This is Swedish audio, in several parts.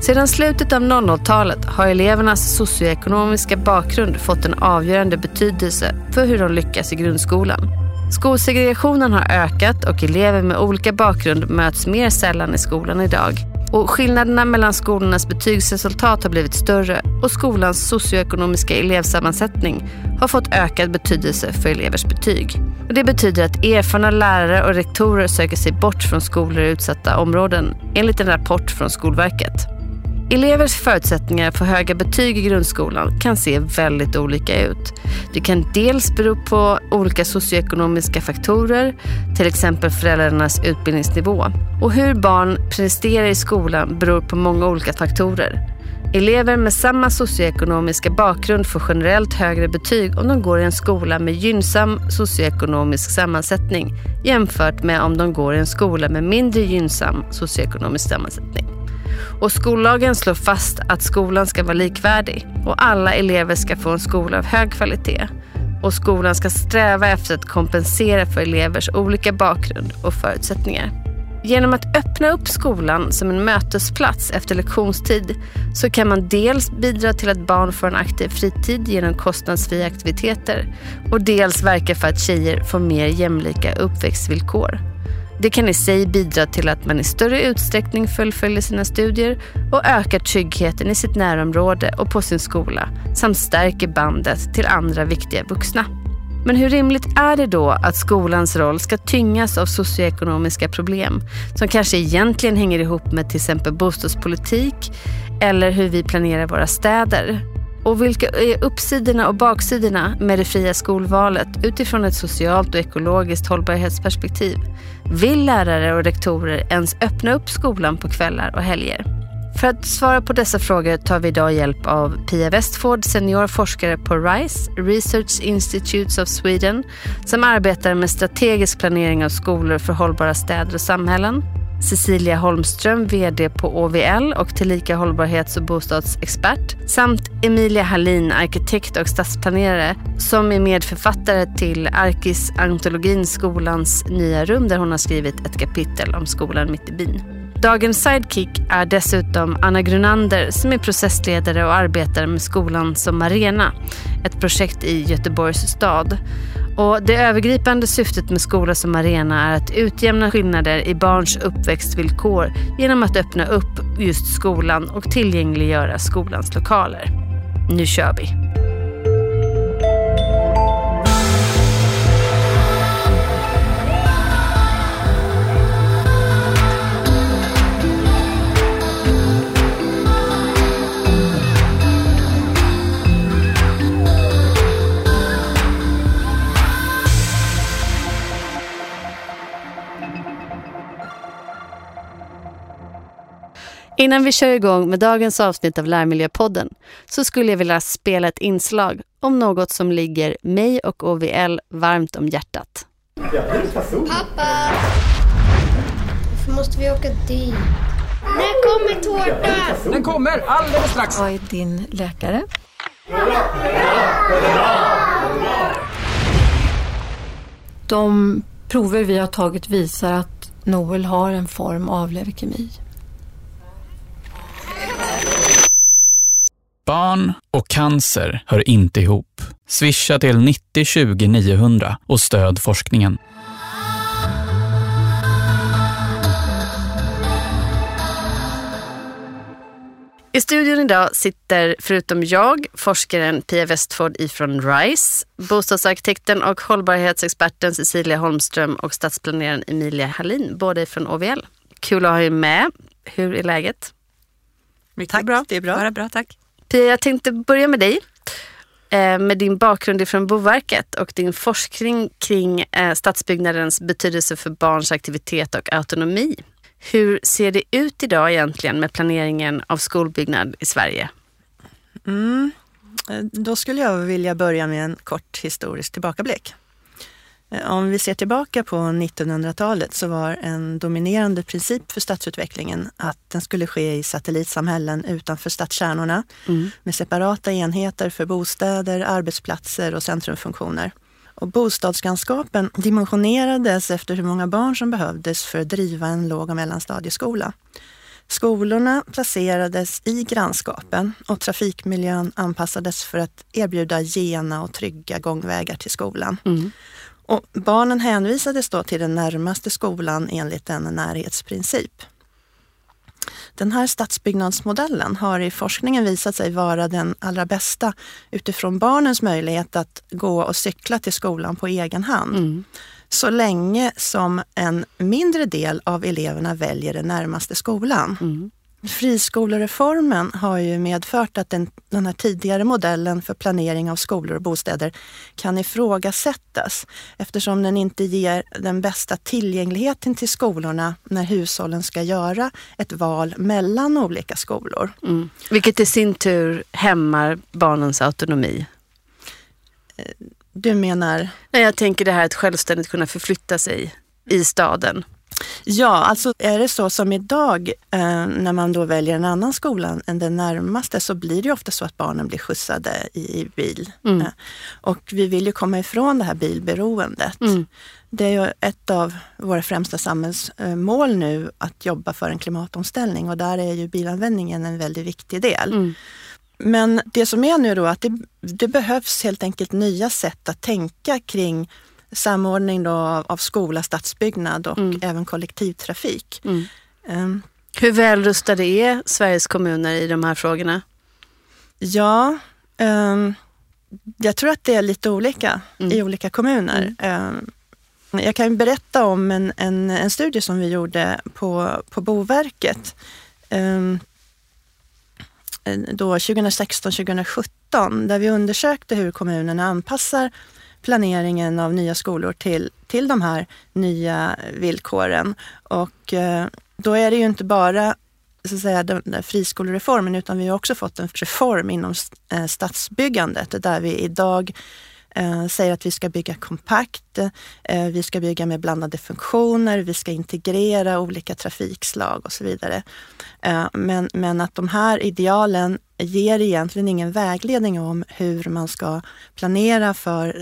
Sedan slutet av 00-talet har elevernas socioekonomiska bakgrund fått en avgörande betydelse för hur de lyckas i grundskolan. Skolsegregationen har ökat och elever med olika bakgrund möts mer sällan i skolan idag. Och skillnaderna mellan skolornas betygsresultat har blivit större och skolans socioekonomiska elevsammansättning har fått ökad betydelse för elevers betyg. Och det betyder att erfarna lärare och rektorer söker sig bort från skolor i utsatta områden, enligt en rapport från Skolverket. Elevers förutsättningar för höga betyg i grundskolan kan se väldigt olika ut. Det kan dels bero på olika socioekonomiska faktorer, till exempel föräldrarnas utbildningsnivå. Och hur barn presterar i skolan beror på många olika faktorer. Elever med samma socioekonomiska bakgrund får generellt högre betyg om de går i en skola med gynnsam socioekonomisk sammansättning jämfört med om de går i en skola med mindre gynnsam socioekonomisk sammansättning. Och skollagen slår fast att skolan ska vara likvärdig och alla elever ska få en skola av hög kvalitet. Och skolan ska sträva efter att kompensera för elevers olika bakgrund och förutsättningar. Genom att öppna upp skolan som en mötesplats efter lektionstid så kan man dels bidra till att barn får en aktiv fritid genom kostnadsfria aktiviteter och dels verka för att tjejer får mer jämlika uppväxtvillkor. Det kan i sig bidra till att man i större utsträckning fullföljer sina studier och ökar tryggheten i sitt närområde och på sin skola samt stärker bandet till andra viktiga vuxna. Men hur rimligt är det då att skolans roll ska tyngas av socioekonomiska problem som kanske egentligen hänger ihop med till exempel bostadspolitik eller hur vi planerar våra städer? Och vilka är uppsidorna och baksidorna med det fria skolvalet utifrån ett socialt och ekologiskt hållbarhetsperspektiv? Vill lärare och rektorer ens öppna upp skolan på kvällar och helger? För att svara på dessa frågor tar vi idag hjälp av Pia Westford, seniorforskare på RISE, Research Institutes of Sweden, som arbetar med strategisk planering av skolor för hållbara städer och samhällen. Cecilia Holmström, vd på OVL och tillika hållbarhets- och bostadsexpert. Samt Emilia Hallin, arkitekt och stadsplanerare, som är medförfattare till Arkis-antologin Skolans nya rum, där hon har skrivit ett kapitel om skolan mitt i byn. Dagens sidekick är dessutom Anna Grunander som är processledare och arbetar med skolan som arena, ett projekt i Göteborgs stad. Och det övergripande syftet med skola som arena är att utjämna skillnader i barns uppväxtvillkor genom att öppna upp just skolan och tillgängliggöra skolans lokaler. Nu kör vi! Innan vi kör igång med dagens avsnitt av Lärmiljöpodden så skulle jag vilja spela ett inslag om något som ligger mig och OVL varmt om hjärtat. Pappa! Varför måste vi åka dit? När kommer tårtan? Den kommer alldeles strax. Vad är din läkare? De prover vi har tagit visar att Noel har en form av leukemi. Barn och cancer hör inte ihop. Swisha till 90 20 900 och stöd forskningen. I studion idag sitter förutom jag, forskaren Pia Westford ifrån RISE, bostadsarkitekten och hållbarhetsexperten Cecilia Holmström och stadsplaneraren Emilia Hallin, båda från OVL. Kul att ha er med. Hur är läget? Mycket tack, bra. Det är bra. Bra, tack. Pia, jag tänkte börja med dig. Med din bakgrund ifrån Boverket och din forskning kring stadsbyggnadens betydelse för barns aktivitet och autonomi. Hur ser det ut idag egentligen med planeringen av skolbyggnad i Sverige? Då skulle jag vilja börja med en kort historisk tillbakablick. Om vi ser tillbaka på 1900-talet så var en dominerande princip för stadsutvecklingen att den skulle ske i satellitsamhällen utanför stadskärnorna med separata enheter för bostäder, arbetsplatser och centrumfunktioner. Och bostadslandskapen dimensionerades efter hur många barn som behövdes för att driva en låg- och mellanstadieskola. Skolorna placerades i grannskapen och trafikmiljön anpassades för att erbjuda gena och trygga gångvägar till skolan. Och barnen hänvisades då till den närmaste skolan enligt en närhetsprincip. Den här stadsbyggnadsmodellen har i forskningen visat sig vara den allra bästa utifrån barnens möjlighet att gå och cykla till skolan på egen hand. Så länge som en mindre del av eleverna väljer den närmaste skolan. Friskolereformen har ju medfört att den här tidigare modellen för planering av skolor och bostäder kan ifrågasättas eftersom den inte ger den bästa tillgängligheten till skolorna när hushållen ska göra ett val mellan olika skolor. Vilket i sin tur hämmar barnens autonomi. Du menar? Jag tänker det här att självständigt kunna förflytta sig i staden. Ja, alltså är det så som idag när man då väljer en annan skola än den närmaste så blir det ju ofta så att barnen blir skjutsade i bil. Och vi vill ju komma ifrån det här bilberoendet. Det är ju ett av våra främsta samhällsmål nu att jobba för en klimatomställning och där är ju bilanvändningen en väldigt viktig del. Men det som är nu då att det behövs helt enkelt nya sätt att tänka kring samordning då av skola, stadsbyggnad och även kollektivtrafik. Hur väl rustade är Sveriges kommuner i de här frågorna? Ja, jag tror att det är lite olika i olika kommuner. Jag kan berätta om en studie som vi gjorde på Boverket då 2016-2017 där vi undersökte hur kommunerna anpassar planeringen av nya skolor till de här nya villkoren. Och då är det ju inte bara så att säga, den friskolereformen utan vi har också fått en reform inom stadsbyggandet där vi idag säger att vi ska bygga kompakt, vi ska bygga med blandade funktioner, vi ska integrera olika trafikslag och så vidare. Men att de här idealen ger egentligen ingen vägledning om hur man ska planera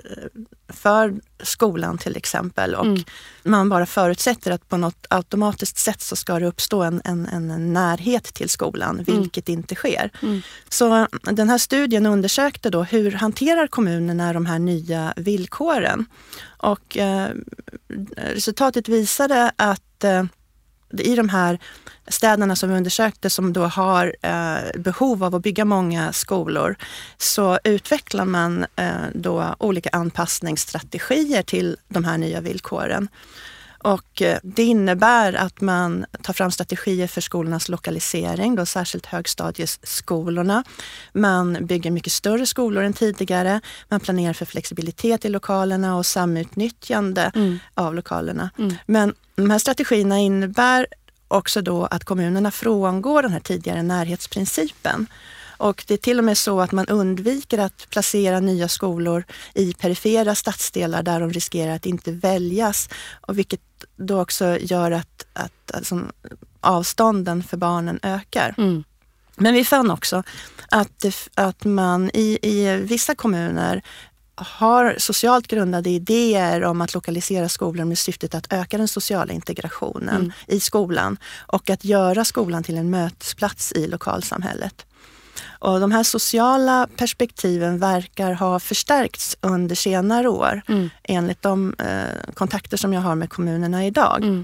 för skolan till exempel. Och man bara förutsätter att på något automatiskt sätt så ska det uppstå en närhet till skolan, vilket inte sker. Så den här studien undersökte då hur hanterar kommunerna de här nya villkoren. Och resultatet visade att i de här städerna som vi undersökte som då har behov av att bygga många skolor så utvecklar man då olika anpassningsstrategier till de här nya villkoren. Och det innebär att man tar fram strategier för skolornas lokalisering, då särskilt högstadieskolorna. Man bygger mycket större skolor än tidigare. Man planerar för flexibilitet i lokalerna och samutnyttjande av lokalerna. Men de här strategierna innebär också då att kommunerna frångår den här tidigare närhetsprincipen. Och det är till och med så att man undviker att placera nya skolor i perifera stadsdelar där de riskerar att inte väljas. Och vilket då också gör att alltså, avstånden för barnen ökar. Men vi fann också att man i vissa kommuner har socialt grundade idéer om att lokalisera skolor med syftet att öka den sociala integrationen i skolan och att göra skolan till en mötesplats i lokalsamhället. Och de här sociala perspektiven verkar ha förstärkts under senare år enligt de kontakter som jag har med kommunerna idag.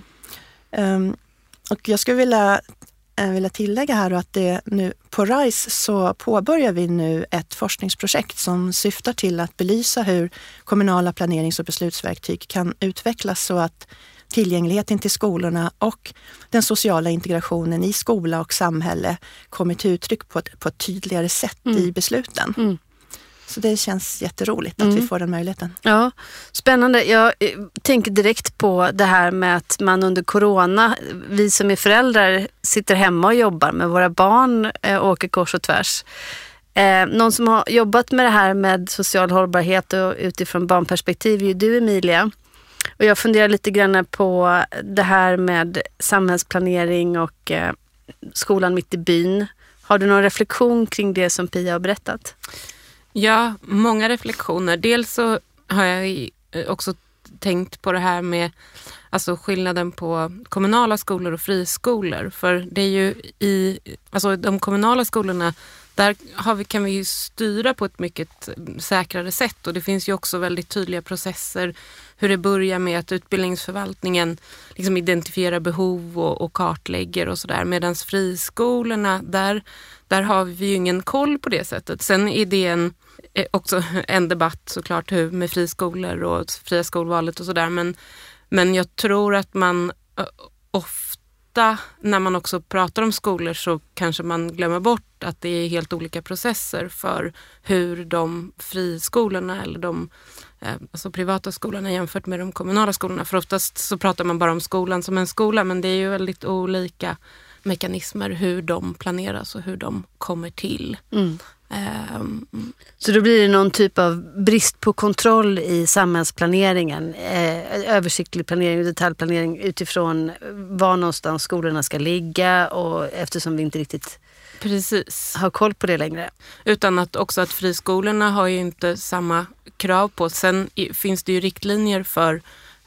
Och jag skulle vilja tillägga här att det nu på RISE så påbörjar vi nu ett forskningsprojekt som syftar till att belysa hur kommunala planerings- och beslutsverktyg kan utvecklas så att tillgängligheten till skolorna och den sociala integrationen i skola och samhälle kommer till uttryck på ett tydligare sätt i besluten. Så det känns jätteroligt att vi får den möjligheten. Ja, spännande. Jag tänker direkt på det här med att man under corona, vi som är föräldrar sitter hemma och jobbar med våra barn, åker kors och tvärs. Någon som har jobbat med det här med social hållbarhet och utifrån barnperspektiv är ju du, Emilia. Och jag funderar lite grann på det här med samhällsplanering och skolan mitt i byn. Har du någon reflektion kring det som Pia har berättat? Ja, många reflektioner. Dels så har jag också tänkt på det här med alltså skillnaden på kommunala skolor och friskolor. För det är ju alltså de kommunala skolorna, där kan vi ju styra på ett mycket säkrare sätt, och det finns ju också väldigt tydliga processer hur det börjar med att utbildningsförvaltningen liksom identifierar behov och kartlägger och sådär. Medan friskolorna, där har vi ju ingen koll på det sättet. Sen är det också en debatt såklart med friskolor och fria skolvalet och sådär. Men jag tror att man ofta, när man också pratar om skolor, så kanske man glömmer bort att det är helt olika processer för hur de friskolorna eller de alltså privata skolorna jämfört med de kommunala skolorna. För oftast så pratar man bara om skolan som en skola, men det är ju väldigt olika mekanismer hur de planeras och hur de kommer till. Så då blir det någon typ av brist på kontroll i samhällsplaneringen, översiktlig planering och detaljplanering utifrån var någonstans skolorna ska ligga, och eftersom vi inte riktigt har koll på det längre. Utan att också att friskolorna har ju inte samma krav på. Sen finns det ju riktlinjer för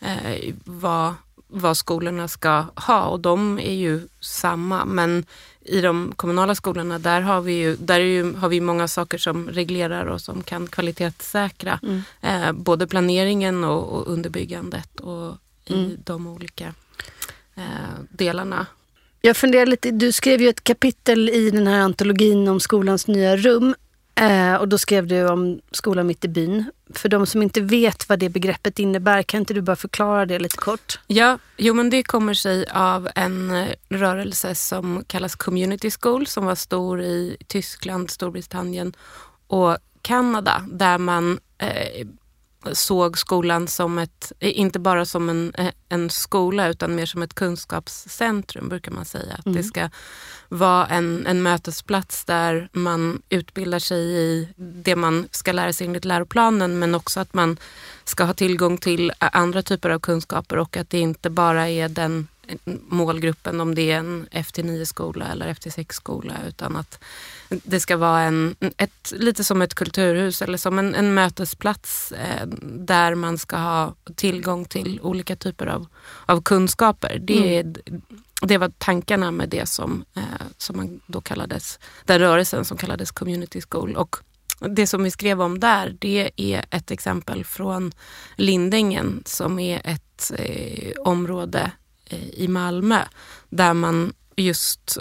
vad skolorna ska ha, och de är ju samma, men i de kommunala skolorna där har vi många saker som reglerar och som kan kvalitetssäkra både planeringen och underbyggandet och i de olika delarna. Jag funderar lite, du skrev ju ett kapitel i den här antologin om skolans nya rum, och då skrev du om skolan mitt i byn. För de som inte vet vad det begreppet innebär, kan inte du bara förklara det lite kort? Ja, men det kommer sig av en rörelse som kallas Community School, som var stor i Tyskland, Storbritannien och Kanada, där man såg skolan som inte bara som en skola, utan mer som ett kunskapscentrum, brukar man säga. Att det ska vara en mötesplats där man utbildar sig i det man ska lära sig enligt läroplanen, men också att man ska ha tillgång till andra typer av kunskaper, och att det inte bara är den målgruppen, om det är en FT9-skola eller FT6-skola, utan att det ska vara lite som ett kulturhus eller som en mötesplats där man ska ha tillgång till olika typer av kunskaper. Det var tankarna med det som man då kallades, den rörelsen som kallades Community School. Och det som vi skrev om där, det är ett exempel från Lindängen, som är ett område i Malmö där man just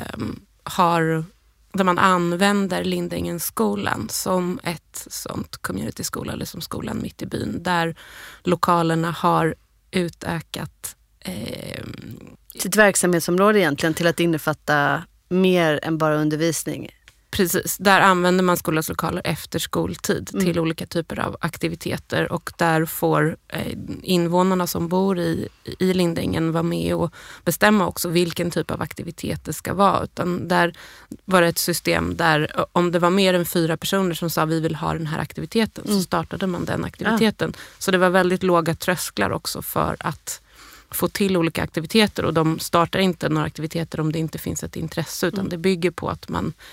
där man använder Lindängenskolan som ett sånt community-skola, eller som skolan mitt i byn, där lokalerna har utökat sitt verksamhetsområde egentligen till att innefatta mer än bara undervisning. Precis, där använder man skolans lokaler efter skoltid till olika typer av aktiviteter, och där får invånarna som bor i Lindängen vara med och bestämma också vilken typ av aktivitet det ska vara. Utan där var det ett system där om det var mer än 4 personer som sa vi vill ha den här aktiviteten, så startade man den aktiviteten. Så det var väldigt låga trösklar också för att få till olika aktiviteter, och de startar inte några aktiviteter om det inte finns ett intresse, utan det bygger på att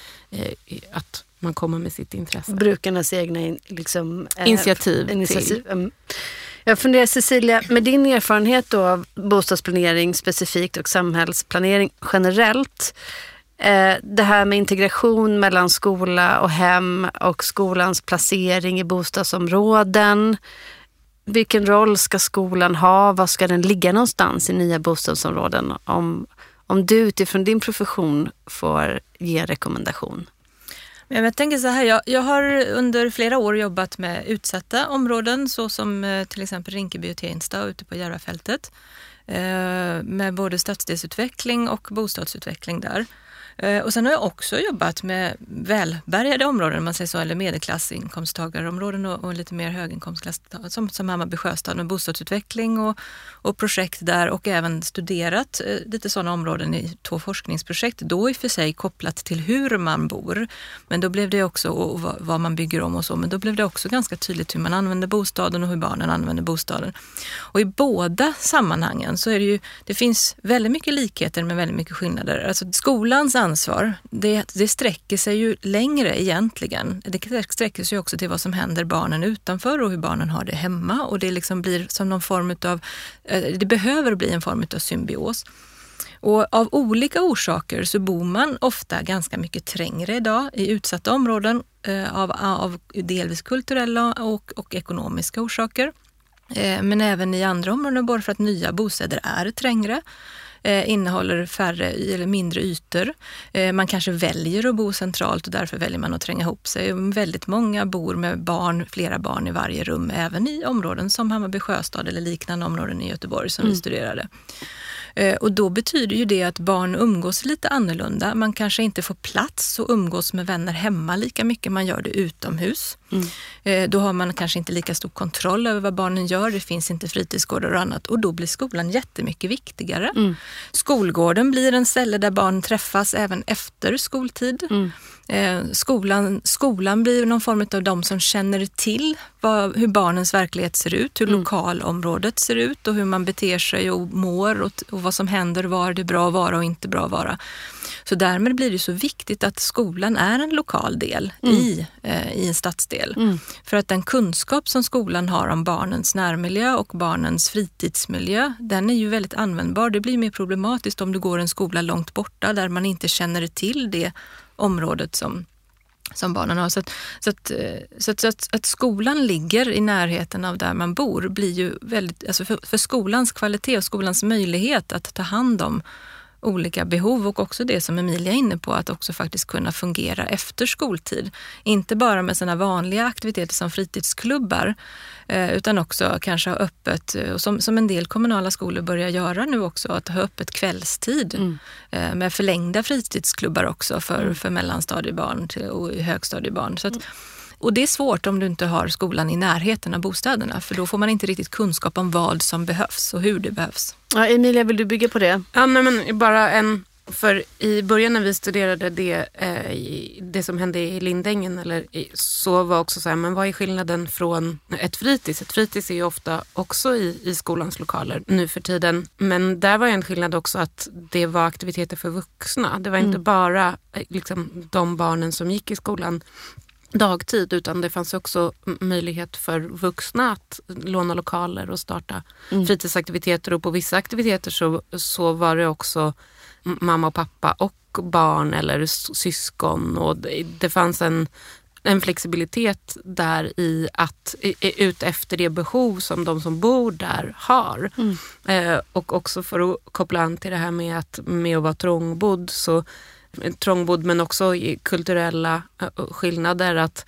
man kommer med sitt intresse. Brukarnas egna initiativ. Jag funderar, Cecilia, med din erfarenhet då av bostadsplanering specifikt och samhällsplanering generellt, det här med integration mellan skola och hem och skolans placering i bostadsområden. Vilken roll ska skolan ha? Var ska den ligga någonstans i nya bostadsområden? Om du utifrån din profession får ge en rekommendation. Men jag tänker så här, jag har under flera år jobbat med utsatta områden, så som till exempel Rinkeby och Tensta ute på Järvafältet, med både stadsdelsutveckling och bostadsutveckling där. Och sen har jag också jobbat med välbärgade områden, man säger så, eller medelklassinkomsttagarområden och lite mer höginkomstklass, som Hammarby Sjöstad, med bostadsutveckling och projekt där, och även studerat lite sådana områden i 2 forskningsprojekt, då i och för sig kopplat till hur man bor, men då blev det också, och vad man bygger om och så, men då blev det också ganska tydligt hur man använder bostaden och hur barnen använder bostaden. Och i båda sammanhangen så är det finns väldigt mycket likheter men väldigt mycket skillnader. Alltså skolans ansvar, det sträcker sig ju längre egentligen. Det sträcker sig också till vad som händer barnen utanför och hur barnen har det hemma. Och det liksom blir som någon form av, det behöver bli en form av symbios. Och av olika orsaker så bor man ofta ganska mycket trängre idag i utsatta områden av delvis kulturella och ekonomiska orsaker. Men även i andra områden, bara för att nya bostäder är trängre, innehåller färre eller mindre ytor. Man kanske väljer att bo centralt och därför väljer man att tränga ihop sig. Väldigt många bor med flera barn i varje rum, även i områden som Hammarby Sjöstad eller liknande områden i Göteborg som vi studerade. Och då betyder ju det att barn umgås lite annorlunda. Man kanske inte får plats och umgås med vänner hemma lika mycket. Man gör det utomhus. Då har man kanske inte lika stor kontroll över vad barnen gör. Det finns inte fritidsgårdar och annat. Och då blir skolan jättemycket viktigare. Skolgården blir en ställe där barn träffas även efter skoltid. Skolan blir någon form av de som känner till hur barnens verklighet ser ut, hur lokalområdet ser ut och hur man beter sig och mår och vad som händer, var det är bra att vara och inte bra att vara. Så därmed blir det så viktigt att skolan är en lokal del i en stadsdel. För att den kunskap som skolan har om barnens närmiljö och barnens fritidsmiljö, den är ju väldigt användbar. Det blir mer problematiskt om du går en skola långt borta där man inte känner till det området som barnen har. Så att skolan ligger i närheten av där man bor blir ju väldigt, alltså för skolans kvalitet och skolans möjlighet att ta hand om olika behov och också det som Emilia är inne på, att också faktiskt kunna fungera efter skoltid. Inte bara med sina vanliga aktiviteter som fritidsklubbar utan också kanske ha öppet, som en del kommunala skolor börjar göra nu också, att ha öppet kvällstid med förlängda fritidsklubbar också för mellanstadiebarn och högstadiebarn. Så att, och det är svårt om du inte har skolan i närheten av bostäderna, för då får man inte riktigt kunskap om vad som behövs och hur det behövs. Ja, Emilia, vill du bygga på det? Ja, men bara för i början när vi studerade det som hände i Lindängen så var också så här, men vad är skillnaden från ett fritids? Ett fritids är ju ofta också i skolans lokaler nu för tiden, men där var en skillnad också att det var aktiviteter för vuxna. Det var inte bara liksom de barnen som gick i skolan dagtid, utan det fanns också möjlighet för vuxna att låna lokaler och starta fritidsaktiviteter, och på vissa aktiviteter så var det också mamma och pappa och barn eller syskon, och det fanns en flexibilitet där i att ut efter det behov som de som bor där har. Och också för att koppla an till det här med att vara trångbodd men också kulturella skillnader, att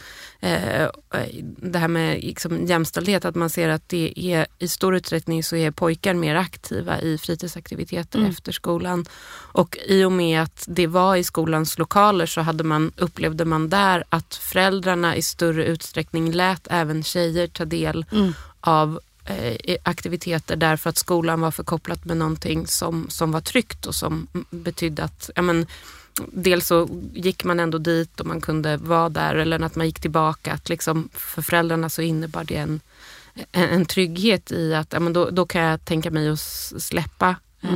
det här med liksom jämställdhet, att man ser att det är i stor utsträckning så är pojkar mer aktiva i fritidsaktiviteter efter skolan, och i och med att det var i skolans lokaler så upplevde man där att föräldrarna i större utsträckning lät även tjejer ta del av aktiviteter, därför att skolan var förkopplat med någonting som var tryggt och som betydde att dels så gick man ändå dit och man kunde vara där, eller att man gick tillbaka, att liksom för föräldrarna så innebar det en trygghet i att då kan jag tänka mig att släppa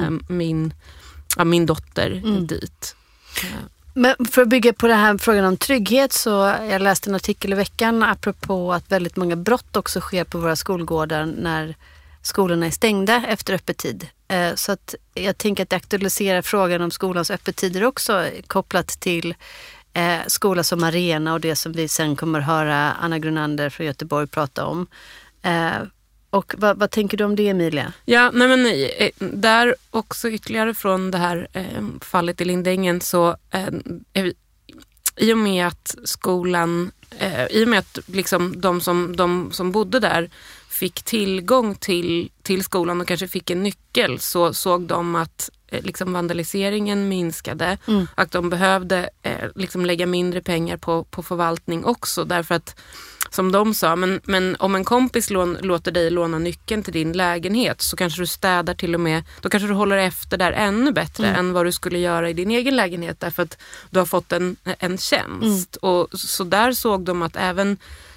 min dotter dit. Men för att bygga på den här frågan om trygghet, så jag läste en artikel i veckan apropå att väldigt många brott också sker på våra skolgårdar när skolorna är stängda efter öppettid. Så att jag tänker att det aktualiserar frågan om skolans öppettider också, kopplat till skola som arena och det som vi sen kommer höra Anna Grunander från Göteborg prata om. Och vad tänker du om det, Emilia? Ja, där också ytterligare från det här fallet i Lindängen, så i och med att skolan, i och med att liksom de som bodde där fick tillgång till skolan och kanske fick en nyckel, så såg de att liksom vandaliseringen minskade, att de behövde liksom lägga mindre pengar på förvaltning också, därför att som de sa, men om en kompis låter dig låna nyckeln till din lägenhet, så kanske du städar till och med, då kanske du håller efter där ännu bättre än vad du skulle göra i din egen lägenhet, därför att du har fått en tjänst. Och så där såg de att även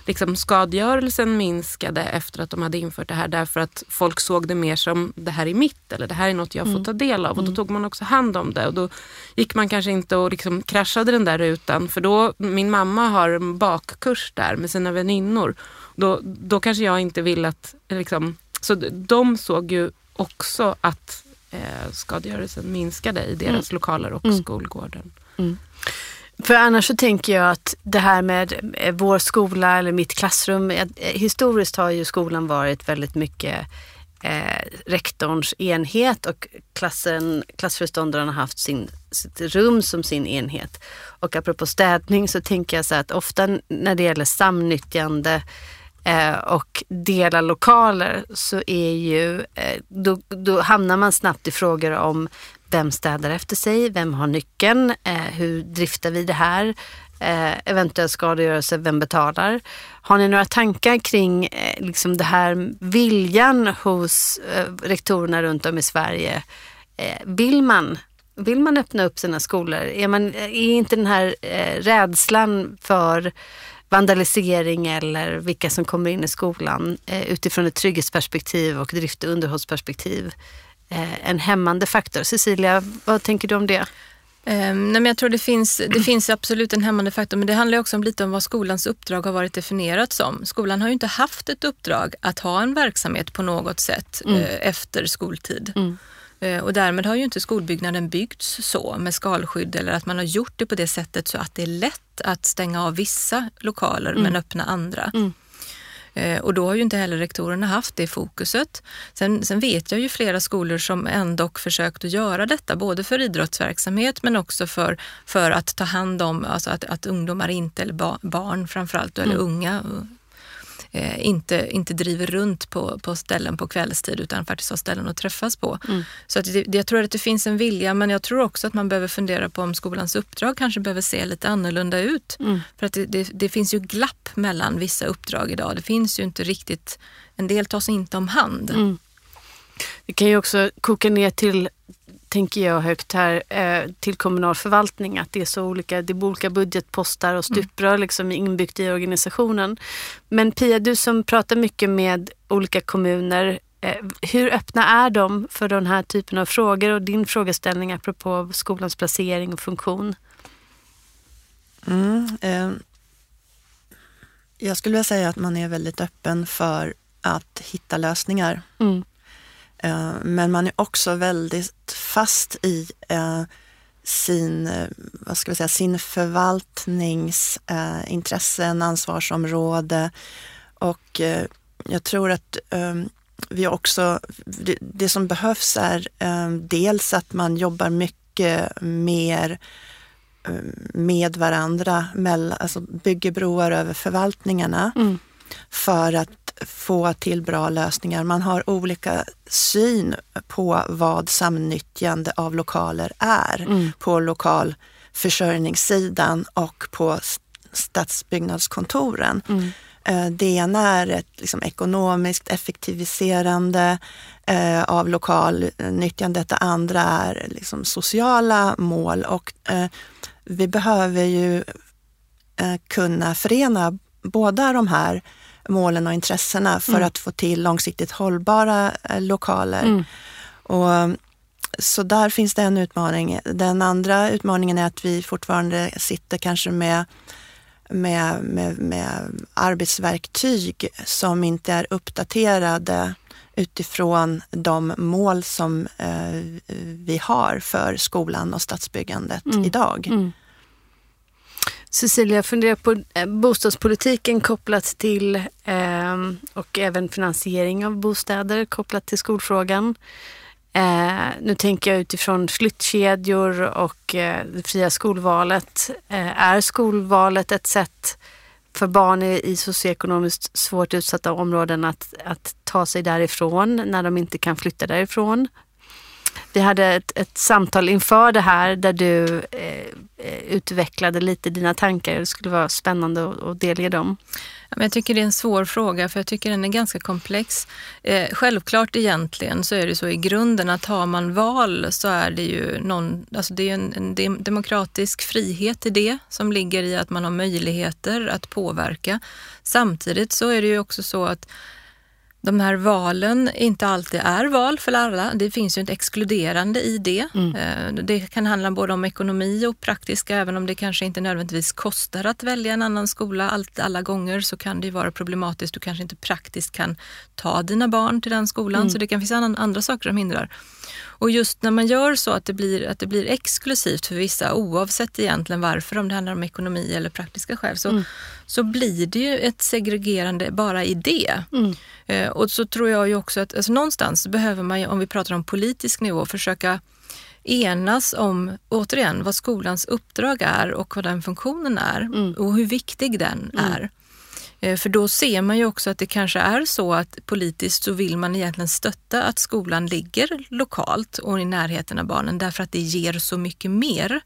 liksom skadegörelsen minskade efter att de hade infört det här, därför att folk såg det mer som det här är mitt, eller det här är något jag får ta del av, och då tog man också hand om det, och då gick man kanske inte och liksom kraschade den där rutan, för då, min mamma har en bakkurs där med sina väninnor, då kanske jag inte vill att liksom, så de såg ju också att skadegörelsen minskade i deras lokaler och skolgården. För annars så tänker jag att det här med vår skola eller mitt klassrum, historiskt har ju skolan varit väldigt mycket rektorns enhet, och klassföreståndaren har haft sitt rum som sin enhet. Och apropå städning så tänker jag så att ofta när det gäller samnyttjande och dela lokaler så är ju, då hamnar man snabbt i frågor om vem städar efter sig, vem har nyckeln, hur driftar vi det här, eventuell skadegörelse, vem betalar. Har ni några tankar kring liksom det här viljan hos rektorerna runt om i Sverige? Vill man öppna upp sina skolor? Är inte den här rädslan för vandalisering eller vilka som kommer in i skolan utifrån ett trygghetsperspektiv och drift- och underhållsperspektiv en hämmande faktor? Cecilia, vad tänker du om det? Nej, men jag tror det finns absolut en hämmande faktor, men det handlar också lite om vad skolans uppdrag har varit definierat som. Skolan har ju inte haft ett uppdrag att ha en verksamhet på något sätt efter skoltid. Och därmed har ju inte skolbyggnaden byggts så med skalskydd, eller att man har gjort det på det sättet så att det är lätt att stänga av vissa lokaler men öppna andra. Och då har ju inte heller rektorerna haft det fokuset. Sen vet jag ju flera skolor som ändå försökt att göra detta, både för idrottsverksamhet men också för att ta hand om, alltså att ungdomar inte, eller barn framförallt, eller unga inte driver runt på ställen på kvällstid, utan faktiskt har ställen att träffas på. Så att jag tror att det finns en vilja, men jag tror också att man behöver fundera på om skolans uppdrag kanske behöver se lite annorlunda ut. För att det finns ju glapp mellan vissa uppdrag idag. Det finns ju inte riktigt, en del tas inte om hand. Det kan ju också koka ner till, tänker jag högt här, till kommunal förvaltning, att det är så olika, det är olika budgetpostar och stuprör liksom inbyggt i organisationen. Men Pia, du som pratar mycket med olika kommuner, hur öppna är de för den här typen av frågor, och din frågeställning apropå skolans placering och funktion? Jag skulle vilja säga att man är väldigt öppen för att hitta lösningar. Men man är också väldigt fast i sin förvaltningsintressen, ansvarsområde, och jag tror att vi också, det som behövs är dels att man jobbar mycket mer med varandra, alltså bygger broar över förvaltningarna för att få till bra lösningar. Man har olika syn på vad samnyttjande av lokaler är på lokalförsörjningssidan och på stadsbyggnadskontoren. Det ena är ett liksom ekonomiskt effektiviserande av lokalnyttjandet, det andra är liksom sociala mål, och vi behöver ju kunna förena båda de här målen och intressena för att få till långsiktigt hållbara lokaler. Och så där finns det en utmaning. Den andra utmaningen är att vi fortfarande sitter kanske med arbetsverktyg som inte är uppdaterade utifrån de mål som vi har för skolan och stadsbyggandet idag. Cecilia, jag funderar på bostadspolitiken kopplat till och även finansiering av bostäder kopplat till skolfrågan. Nu tänker jag utifrån flyttkedjor och det fria skolvalet. Är skolvalet ett sätt för barn i socioekonomiskt svårt utsatta områden att ta sig därifrån när de inte kan flytta därifrån? Vi hade ett samtal inför det här där du utvecklade lite dina tankar. Det skulle vara spännande att delge dem. Men jag tycker det är en svår fråga, för jag tycker den är ganska komplex. Självklart egentligen så är det så i grunden att har man val så är det ju det är en demokratisk frihet i det som ligger i att man har möjligheter att påverka. Samtidigt så är det ju också så att de här valen inte alltid är val för alla. Det finns ju ett exkluderande i det. Det kan handla både om ekonomi och praktiska, även om det kanske inte nödvändigtvis kostar att välja en annan skola alla gånger, så kan det ju vara problematiskt. Du kanske inte praktiskt kan ta dina barn till den skolan, så det kan finnas andra saker som hindrar. Och just när man gör så att det blir exklusivt för vissa, oavsett egentligen varför, om det handlar om ekonomi eller praktiska skäl, så blir det ju ett segregerande bara i det. Och så tror jag ju också att någonstans behöver man, om vi pratar om politisk nivå, försöka enas om, återigen, vad skolans uppdrag är och vad den funktionen är och hur viktig den är. För då ser man ju också att det kanske är så att politiskt så vill man egentligen stötta att skolan ligger lokalt och i närheten av barnen, därför att det ger så mycket mer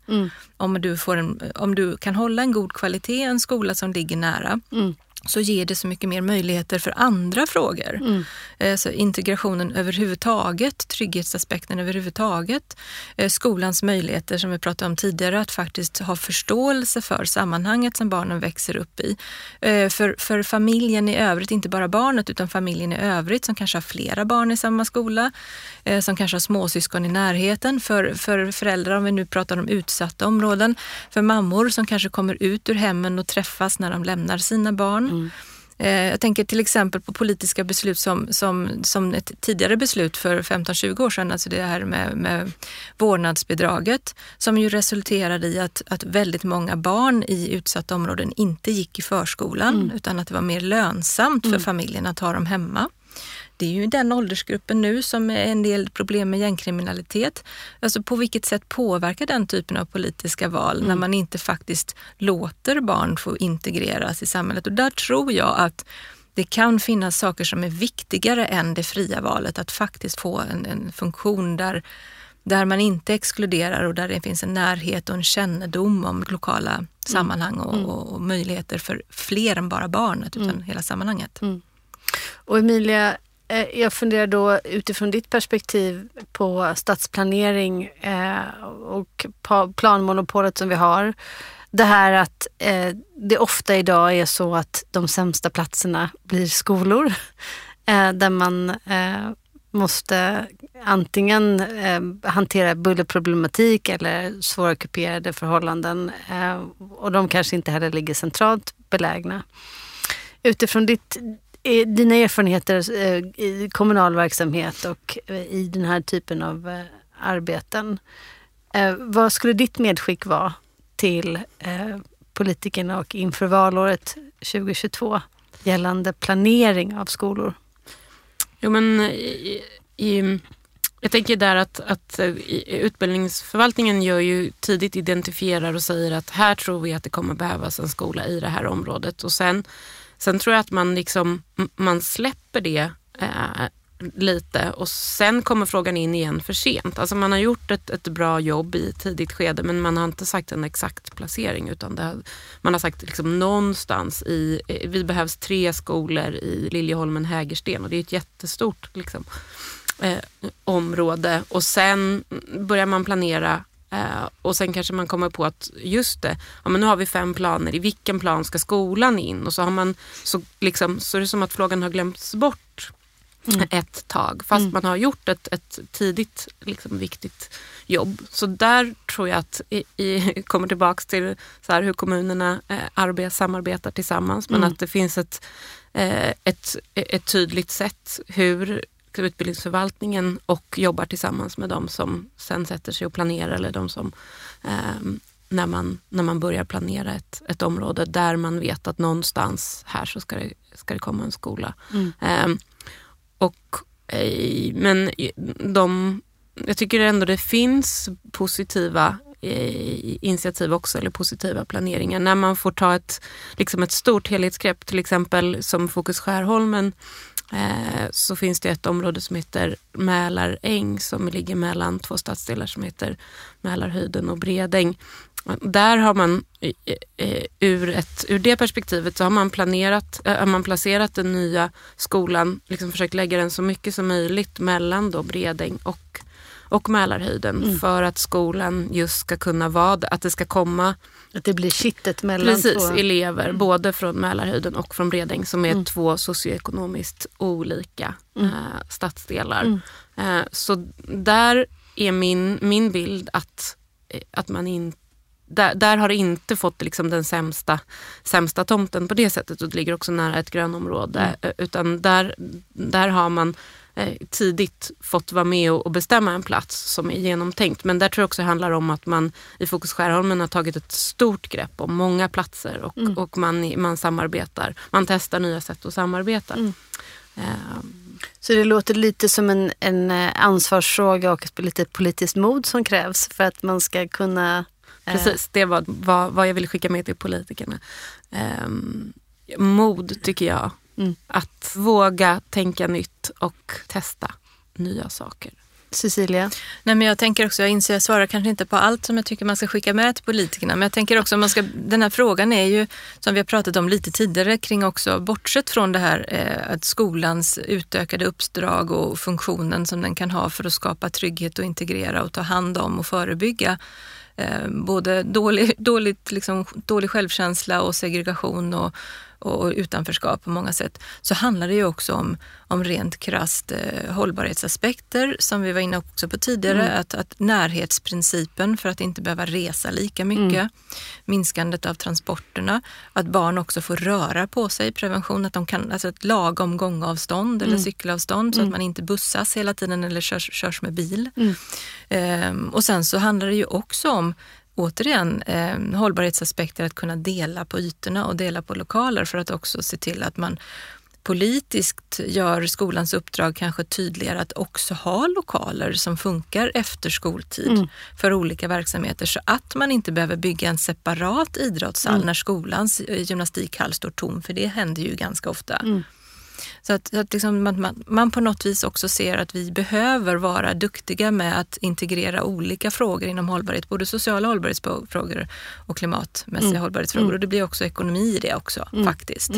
om du kan hålla en god kvalitet, en skola som ligger nära. Så ger det så mycket mer möjligheter för andra frågor. Så integrationen överhuvudtaget, trygghetsaspekten överhuvudtaget, skolans möjligheter som vi pratade om tidigare, att faktiskt ha förståelse för sammanhanget som barnen växer upp i. För familjen i övrigt, inte bara barnet utan familjen i övrigt som kanske har flera barn i samma skola, som kanske har småsyskon i närheten, för föräldrar, om vi nu pratar om utsatta områden, för mammor som kanske kommer ut ur hemmen och träffas när de lämnar sina barn. Jag tänker till exempel på politiska beslut som ett tidigare beslut för 15-20 år sedan, alltså det här med vårdnadsbidraget, som ju resulterade i att väldigt många barn i utsatta områden inte gick i förskolan, utan att det var mer lönsamt för familjen att ha dem hemma. Det är ju den åldersgruppen nu som är en del problem med gängkriminalitet. Alltså på vilket sätt påverkar den typen av politiska val när man inte faktiskt låter barn få integreras i samhället? Och där tror jag att det kan finnas saker som är viktigare än det fria valet. Att faktiskt få en funktion där man inte exkluderar och där det finns en närhet och en kännedom om lokala sammanhang och möjligheter för fler än bara barnet utan hela sammanhanget. Och Emilia, jag funderar då utifrån ditt perspektiv på stadsplanering och planmonopolet som vi har. Det här att det ofta idag är så att de sämsta platserna blir skolor där man måste antingen hantera bullerproblematik eller svåra kuperade förhållanden och de kanske inte heller ligger centralt belägna. Utifrån dina erfarenheter i kommunal verksamhet och i den här typen av arbeten, vad skulle ditt medskick vara till politikerna och inför valåret 2022 gällande planering av skolor? Jo, men jag tänker där att utbildningsförvaltningen gör ju tidigt identifierar och säger att här tror vi att det kommer behövas en skola i det här området, och sen tror jag att man släpper det lite och sen kommer frågan in igen för sent. Alltså man har gjort ett bra jobb i tidigt skede, men man har inte sagt en exakt placering, utan man har sagt liksom någonstans vi behövs 3 skolor i Liljeholmen, Hägersten, och det är ett jättestort område, och sen börjar man planera. Och sen kanske man kommer på att just det, men nu har vi 5 planer, i vilken plan ska skolan in? Och så har man så är det som att frågan har glömts bort ett tag, fast man har gjort ett tidigt viktigt jobb. Så där tror jag att kommer tillbaka till så här, hur kommunerna samarbetar tillsammans, men att det finns ett tydligt sätt hur utbildningsförvaltningen och jobbar tillsammans med dem som sen sätter sig och planerar, eller de som när man börjar planera ett område där man vet att någonstans här så ska det komma en skola. Men jag tycker ändå det finns positiva initiativ också, eller positiva planeringar. När man får ta ett stort helhetsgrepp, till exempel som Fokus Skärholmen, så finns det ett område som heter Mälaräng som ligger mellan 2 stadsdelar som heter Mälarhöjden och Bredäng. Där har man ur det perspektivet så har man placerat den nya skolan, liksom försökt lägga den så mycket som möjligt mellan då Bredäng och Mälarhöjden för att skolan just ska kunna vara, att det ska komma, att det blir kittet mellan två elever både från Mälarhöjden och från Bredäng som är två socioekonomiskt olika stadsdelar. Så där är min bild att man inte där har det inte fått liksom den sämsta tomten på det sättet, och det ligger också nära ett grönområde, utan där har man tidigt fått vara med och bestämma en plats som är genomtänkt. Men där tror jag också handlar om att man i Fokus Skärholmen har tagit ett stort grepp om många platser och man samarbetar. Man testar nya sätt att samarbeta. Så det låter lite som en ansvarsfråga och lite politiskt mod som krävs för att man ska kunna... Precis, det var vad jag ville skicka med till politikerna. Mod tycker jag. Att våga tänka nytt och testa nya saker. Cecilia? Nej, men jag tänker också, jag svarar kanske inte på allt som jag tycker man ska skicka med till politikerna, men jag tänker också den här frågan är ju, som vi har pratat om lite tidigare kring också, bortsett från det här att skolans utökade uppdrag och funktionen som den kan ha för att skapa trygghet och integrera och ta hand om och förebygga både dålig självkänsla och segregation och utanförskap på många sätt, så handlar det ju också om rent krasst hållbarhetsaspekter som vi var inne också på tidigare, att närhetsprincipen för att inte behöva resa lika mycket, minskandet av transporterna, att barn också får röra på sig, prevention, att de kan, alltså ett lagom gångavstånd eller cykelavstånd så att man inte bussas hela tiden eller körs med bil. Och sen så handlar det ju också om återigen hållbarhetsaspekter, att kunna dela på ytorna och dela på lokaler för att också se till att man politiskt gör skolans uppdrag kanske tydligare att också ha lokaler som funkar efter skoltid för olika verksamheter, så att man inte behöver bygga en separat idrottshall när skolans gymnastikhall står tom, för det händer ju ganska ofta. Så att liksom man på något vis också ser att vi behöver vara duktiga med att integrera olika frågor inom hållbarhet, både sociala hållbarhetsfrågor och klimatmässiga hållbarhetsfrågor. Och det blir också ekonomi i det också faktiskt.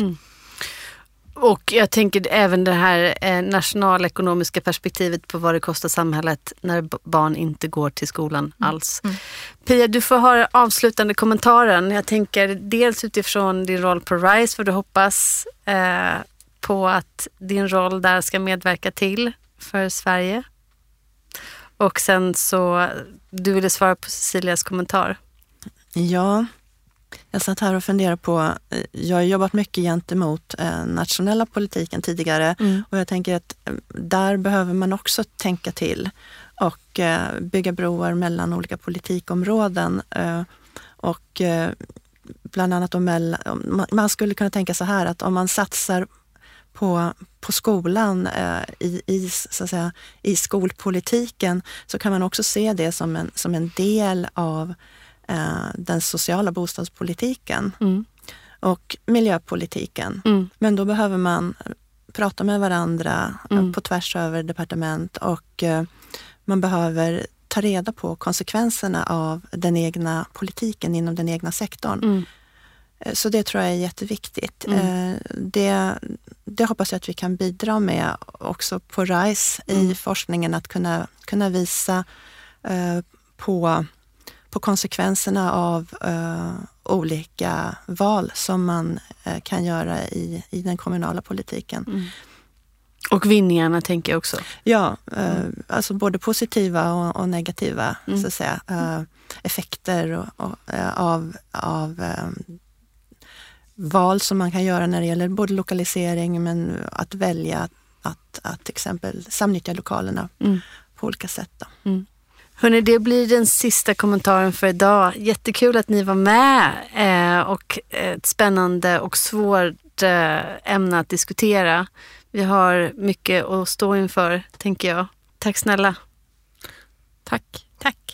Och jag tänker även det här nationalekonomiska perspektivet på vad det kostar samhället när barn inte går till skolan alls. Pia, du får ha avslutande kommentaren. Jag tänker dels utifrån din roll på RISE, för du hoppas på att din roll där ska medverka till för Sverige. Och sen så, du ville svara på Cecilias kommentar. Ja, jag satt här och funderade på, jag har jobbat mycket gentemot nationella politiken tidigare och jag tänker att där behöver man också tänka till och bygga broar mellan olika politikområden och bland annat man skulle kunna tänka så här att om man satsar på skolan så att säga, i skolpolitiken, så kan man också se det som en del av den sociala bostadspolitiken och miljöpolitiken. Men då behöver man prata med varandra på tvärs över departement, och man behöver ta reda på konsekvenserna av den egna politiken inom den egna sektorn. Så det tror jag är jätteviktigt. Det hoppas jag att vi kan bidra med också på RISE i forskningen, att kunna visa på konsekvenserna av olika val som man kan göra i den kommunala politiken. Och vinningarna tänker jag också. Ja, alltså både positiva och negativa så att säga, effekter av val som man kan göra när det gäller både lokalisering, men att välja att exempel samnyttja lokalerna på olika sätt då. Hörrni, det blir den sista kommentaren för idag. Jättekul att ni var med och ett spännande och svårt ämne att diskutera. Vi har mycket att stå inför, tänker jag. Tack snälla. Tack. Tack.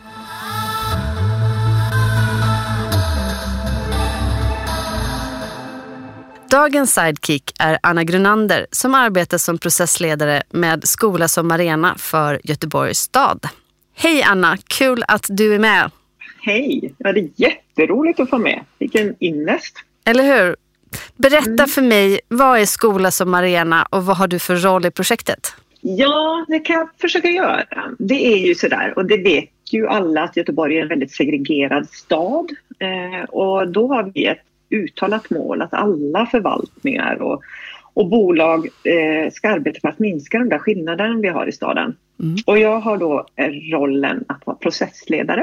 Dagens sidekick är Anna Grunander som arbetar som processledare med Skola som arena för Göteborgs stad. Hej Anna, kul att du är med. Hej! Ja, det är jätteroligt att få med. Vilken innest. Eller hur? Berätta för mig, vad är Skola som arena och vad har du för roll i projektet? Ja, det kan jag försöka göra. Det är ju sådär, och det vet ju alla att Göteborg är en väldigt segregerad stad. Och då har vi ett uttalat mål att alla förvaltningar och bolag ska arbeta för att minska de där skillnaderna vi har i staden. Och jag har då rollen att vara processledare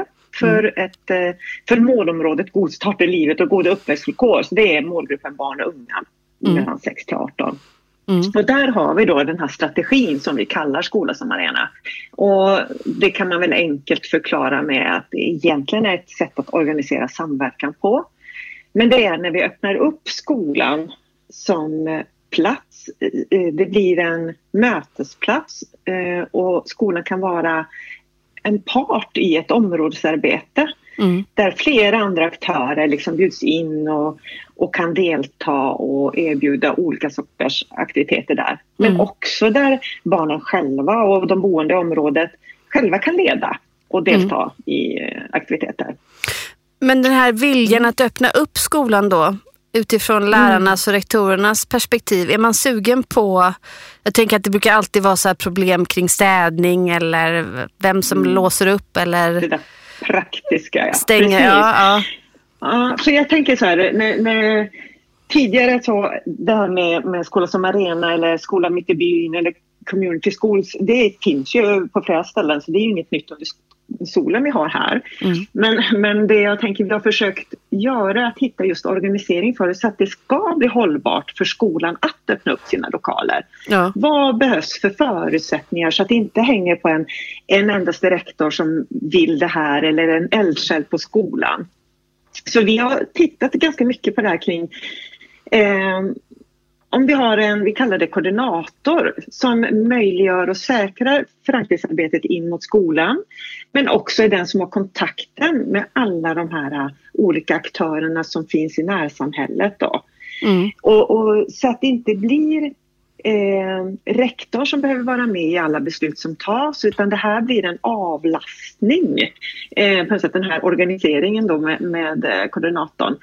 för målområdet god start i livet och goda uppväxtvillkor. Så det är målgruppen barn och unga mellan 6 till 18. Och där har vi då den här strategin som vi kallar Skola som arena. Och det kan man väl enkelt förklara med att det egentligen är ett sätt att organisera samverkan på. Men det är när vi öppnar upp skolan som plats, det blir en mötesplats och skolan kan vara en part i ett områdesarbete där flera andra aktörer liksom bjuds in och kan delta och erbjuda olika sorters aktiviteter där. Men också där barnen själva och de boende i området själva kan leda och delta i aktiviteter. Men den här viljan att öppna upp skolan då, utifrån lärarnas och rektorernas perspektiv, är man sugen på, jag tänker att det brukar alltid vara så här problem kring städning eller vem som låser upp eller det där praktiska, stänger. Ja. Så jag tänker så här, när tidigare så det här med Skola som arena eller skola mitt i byn eller community schools, det finns ju på flera ställen, så det är ju inget nytt under solen vi har här. Men det jag tänker vi har försökt göra är att hitta just organisering för det så att det ska bli hållbart för skolan att öppna upp sina lokaler. Ja. Vad behövs för förutsättningar så att det inte hänger på en endaste rektor som vill det här eller en eldsjäl på skolan. Så vi har tittat ganska mycket på det här kring om vi har vi kallar det koordinator som möjliggör och säkrar förankringsarbetet in mot skolan, men också är den som har kontakten med alla de här olika aktörerna som finns i närsamhället då. Och så att det inte blir rektor som behöver vara med i alla beslut som tas, utan det här blir en avlastning på något sätt, den här organiseringen då med koordinatorn.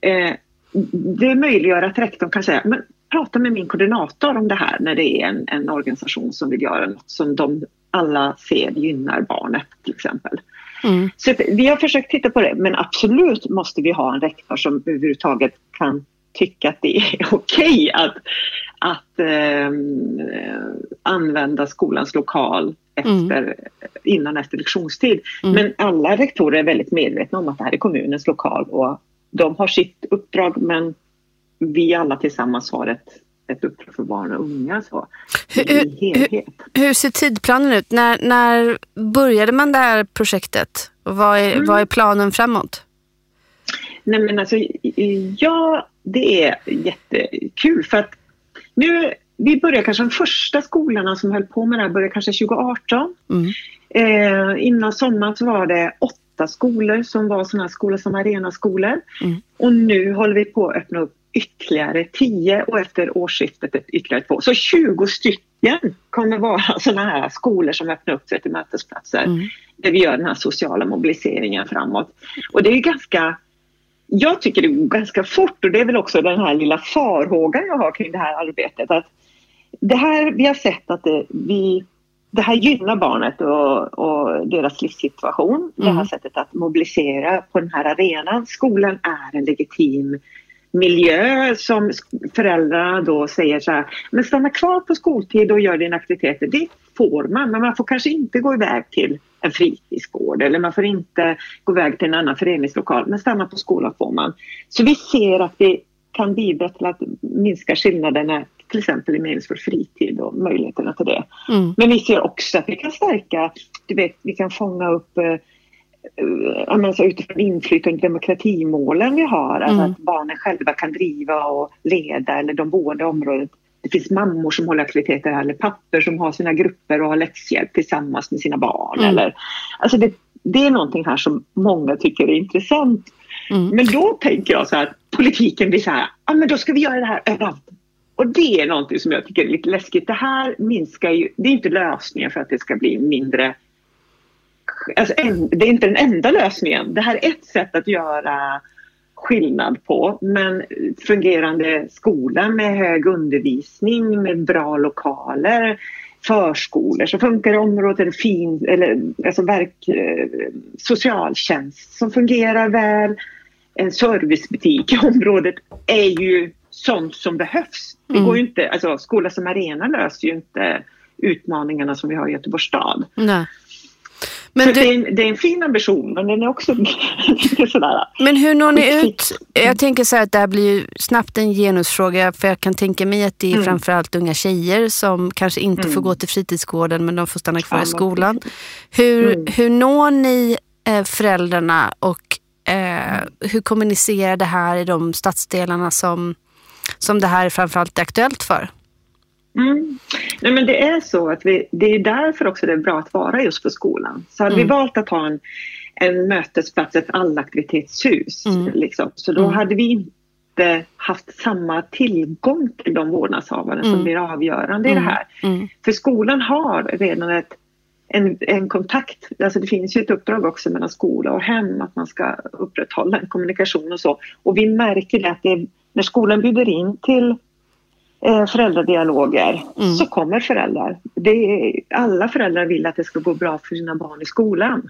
Det möjliggör att rektorn kan säga, men prata med min koordinator om det här när det är en organisation som vill göra något som de alla ser gynnar barnet till exempel. Så vi har försökt titta på det, men absolut måste vi ha en rektor som överhuvudtaget kan tycka att det är okej att använda skolans lokal innan efter lektionstid. Men alla rektorer är väldigt medvetna om att det här är kommunens lokal och de har sitt uppdrag, men vi alla tillsammans har ett uppdrag för barn och unga. Så, hur ser tidplanen ut? När började man det här projektet? Och vad är planen framåt? Nej, men alltså, ja, det är jättekul för att nu, vi börjar kanske de första skolorna som höll på med det här började kanske 2018. Innan sommaren så var det 8 skolor som var sådana här skolor som arenaskolor. Och nu håller vi på att öppna upp ytterligare 10 och efter årsskiftet ytterligare 2. Så 20 stycken kommer vara sådana här skolor som öppnar upp sig till mötesplatser. Där vi gör den här sociala mobiliseringen framåt. Och det är ganska, jag tycker det går ganska fort, och det är väl också den här lilla farhågan jag har kring det här arbetet. Att det här, vi har sett att det här gynnar barnet och deras livssituation. Det här sättet att mobilisera på den här arenan. Skolan är en legitim miljö som föräldrarna då säger så här, men stanna kvar på skoltid och gör dina aktiviteter. Det får man, men man får kanske inte gå iväg till en fritidsgård eller man får inte gå iväg till en annan föreningslokal, men stanna på skolan får man. Så vi ser att det kan bidra till att minska skillnaderna till exempel i meningsfull fritid och möjligheterna till det. Men vi ser också att vi kan stärka, vi kan fånga upp utifrån inflytande och demokratimålen vi har, att barnen själva kan driva och leda, eller de boende området. Det finns mammor som håller aktiviteter eller pappor som har sina grupper och har läxhjälp tillsammans med sina barn. Eller, alltså det är någonting här som många tycker är intressant. Men då tänker jag så här, politiken blir så här, men då ska vi göra det här överallt. Och det är någonting som jag tycker är lite läskigt. Det här minskar ju, det är inte lösningen för att det ska bli mindre alltså det är inte den enda lösningen. Det här är ett sätt att göra skillnad på, men fungerande skola med hög undervisning, med bra lokaler, förskolor så funkar området, socialtjänst som fungerar väl, en servicebutik i området är ju sånt som behövs. Det går ju inte, alltså skola som arena löser ju inte utmaningarna som vi har i Göteborgs stad. Nej. Men det är en fin ambition, men den är också lite sådär. Men hur når ni ut? Jag tänker så här att det här blir ju snabbt en genusfråga, för jag kan tänka mig att det är framförallt unga tjejer som kanske inte får gå till fritidsgården, men de får stanna kvar i skolan. Hur når ni föräldrarna och hur kommunicerar det här i de stadsdelarna som det här är framförallt aktuellt för? Nej, men det är så att det är därför också det är bra att vara just på skolan. Så hade vi valt att ha en mötesplats, ett allaktivitetshus liksom, så då hade vi inte haft samma tillgång till de vårdnadshavare som blir avgörande i det här. För skolan har redan en kontakt, alltså det finns ju ett uppdrag också mellan skola och hem att man ska upprätthålla en kommunikation och så. Och vi märker det att när skolan bjuder in till föräldradialoger så kommer föräldrar. Alla föräldrar vill att det ska gå bra för sina barn i skolan.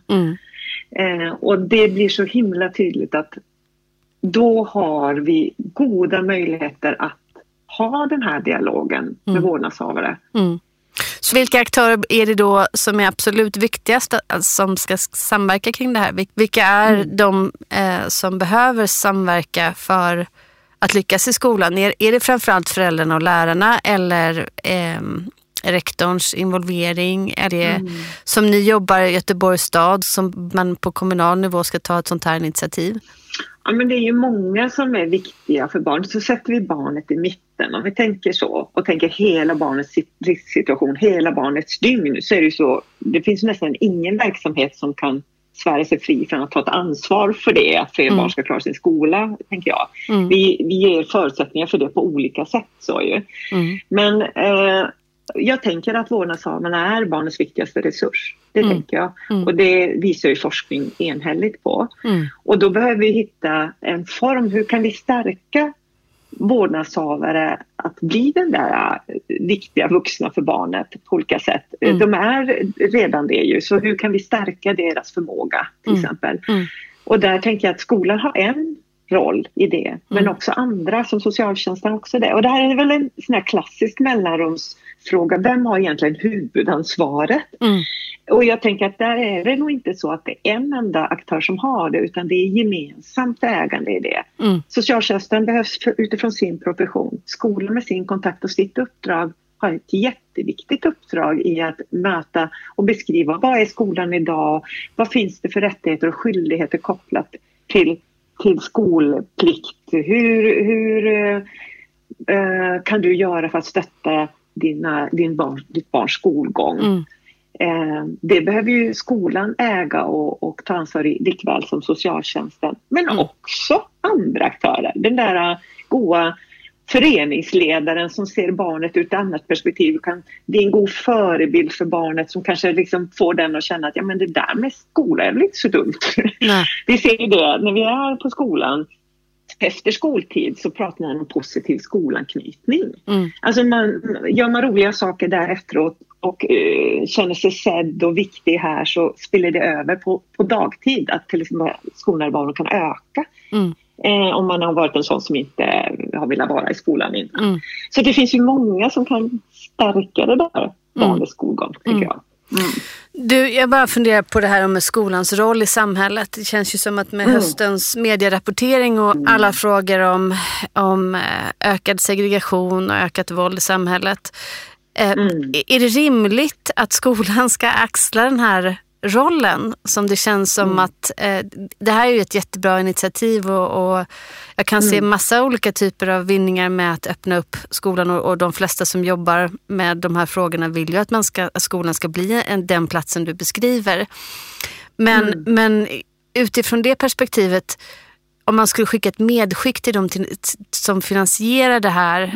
Och det blir så himla tydligt att då har vi goda möjligheter att ha den här dialogen med vårdnadshavare. Så vilka aktörer är det då som är absolut viktigast som ska samverka kring det här? Vilka är de som behöver samverka för att lyckas i skolan? Är det framförallt föräldrarna och lärarna eller rektorns involvering? Är det som ni jobbar i Göteborgs stad som man på kommunal nivå ska ta ett sånt här initiativ? Ja, men det är ju många som är viktiga för barn. Så sätter vi barnet i mitten. Om vi tänker så och tänker hela barnets situation, hela barnets dygn, så är det ju så. Det finns nästan ingen verksamhet som kan svära sig fri från att ta ett ansvar för det, att fler barn ska klara sin skola, tänker jag. Vi ger förutsättningar för det på olika sätt, så ju. Men jag tänker att vårdnadshavarna är barnets viktigaste resurs. Det tänker jag. Och det visar ju forskning enhälligt på. Och då behöver vi hitta en form. Hur kan vi stärka vårdnadshavare att bli den där viktiga vuxna för barnet på olika sätt? De är redan det ju. Så hur kan vi stärka deras förmåga till exempel? Och där tänker jag att skolan har en roll i det. Men också andra, som socialtjänsten också det. Och det här är väl en sån här klassisk mellanrumsfråga. Vem har egentligen huvudansvaret? Och jag tänker att där är det nog inte så att det är en enda aktör som har det, utan det är gemensamt ägande i det. Socialtjänsten behövs utifrån sin profession. Skolan med sin kontakt och sitt uppdrag har ett jätteviktigt uppdrag i att möta och beskriva vad är skolan idag, vad finns det för rättigheter och skyldigheter kopplat till skolplikt. Hur kan du göra för att stötta ditt barns skolgång? Det behöver ju skolan äga och ta ansvar i, likväl som socialtjänsten. Men också andra aktörer. Den där goda föreningsledaren som ser barnet ur ett annat perspektiv kan bli en god förebild för barnet, som kanske liksom får den att känna att ja, men det där med skola är väl inte så dumt. Vi ser ju det när vi är på skolan. Efter skoltid så pratar man om positiv skolanknytning. Alltså gör man roliga saker där efteråt och känner sig sedd och viktig här, så spiller det över på dagtid, att till exempel skolnärvaron kan öka. Om man har varit en sån som inte har velat vara i skolan innan. Så det finns ju många som kan stärka det där barnets skolgång, tycker jag. Du, jag bara funderar på det här med skolans roll i samhället. Det känns ju som att med höstens medierapportering och alla frågor om ökad segregation och ökat våld i samhället. Är det rimligt att skolan ska axla den här rollen, som det känns som att det här är ju ett jättebra initiativ och jag kan se massa olika typer av vinningar med att öppna upp skolan, och de flesta som jobbar med de här frågorna vill ju att skolan ska bli den platsen du beskriver. Men utifrån det perspektivet, om man skulle skicka ett medskick till dem som finansierar det här,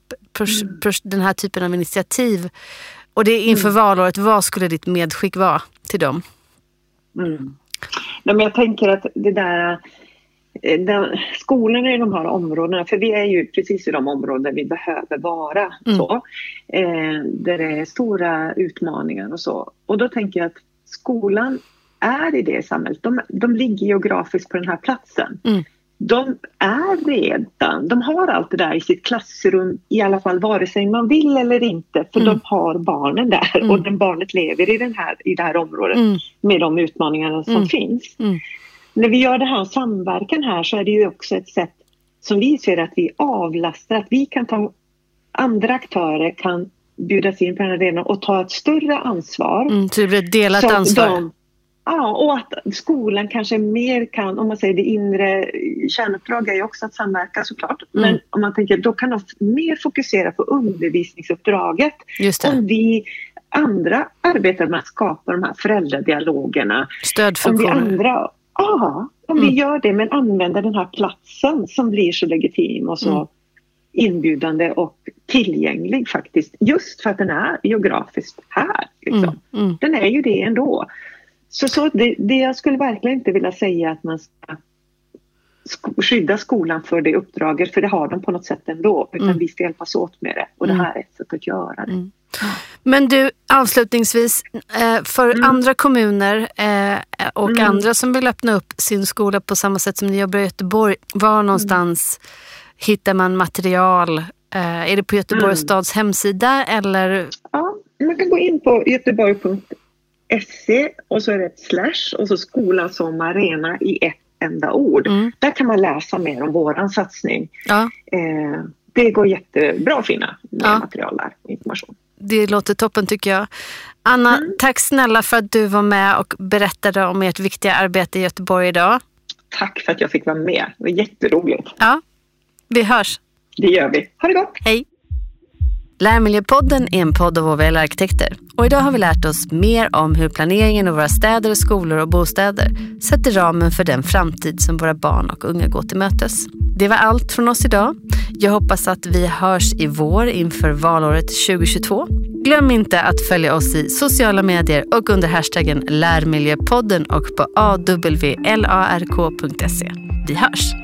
den här typen av initiativ, och det är inför valåret, vad skulle ditt medskick vara till dem? Nej, men jag tänker att det där... Skolorna i de här områdena, för vi är ju precis i de områden vi behöver vara så, där det är stora utmaningar och så. Och då tänker jag att skolan är i det samhället. De ligger geografiskt på den här platsen. De är redan, de har allt det där i sitt klassrum, i alla fall vare sig man vill eller inte, för de har barnen där och barnet lever i det här området med de utmaningarna som finns. När vi gör det här samverkan här så är det ju också ett sätt som vi ser att vi avlastar, att vi kan ta, andra aktörer kan bjudas in på den här arenan och ta ett större ansvar. Så det blir ett delat ansvar. Ja, och att skolan kanske mer kan, om man säger det inre kärnuppdrag är ju också att samverka såklart. Men om man tänker, då kan de mer fokusera på undervisningsuppdraget. Just det. Om vi andra arbetar med att skapa de här föräldradialogerna. Stödfunktioner. Om vi gör det, men använder den här platsen som blir så legitim och så inbjudande och tillgänglig faktiskt. Just för att den är geografiskt här. Liksom. Den är ju det ändå. Så det jag skulle verkligen inte vilja säga att man ska skydda skolan för det uppdraget, för det har de på något sätt ändå. Utan vi ska hjälpas åt med det. Och det här är ett sätt att göra det. Men du, avslutningsvis, för andra kommuner och andra som vill öppna upp sin skola på samma sätt som ni jobbar i Göteborg, var någonstans hittar man material? Är det på Göteborgs stads hemsida? Eller? Ja, man kan gå in på göteborg.se och så är det ett / och så skola som arena i ett enda ord. Där kan man läsa mer om våran satsning. Ja. Det går jättebra att finna material där, information. Det låter toppen tycker jag. Anna, tack snälla för att du var med och berättade om ert viktiga arbete i Göteborg idag. Tack för att jag fick vara med. Det var jätteroligt. Ja, vi hörs. Det gör vi. Ha det gott. Hej. Lärmiljöpodden är en podd av OVL Arkitekter. Och idag har vi lärt oss mer om hur planeringen av våra städer, skolor och bostäder sätter ramen för den framtid som våra barn och unga går till mötes. Det var allt från oss idag. Jag hoppas att vi hörs i vår inför valåret 2022. Glöm inte att följa oss i sociala medier och under hashtaggen Lärmiljöpodden och på awlark.se. Vi hörs!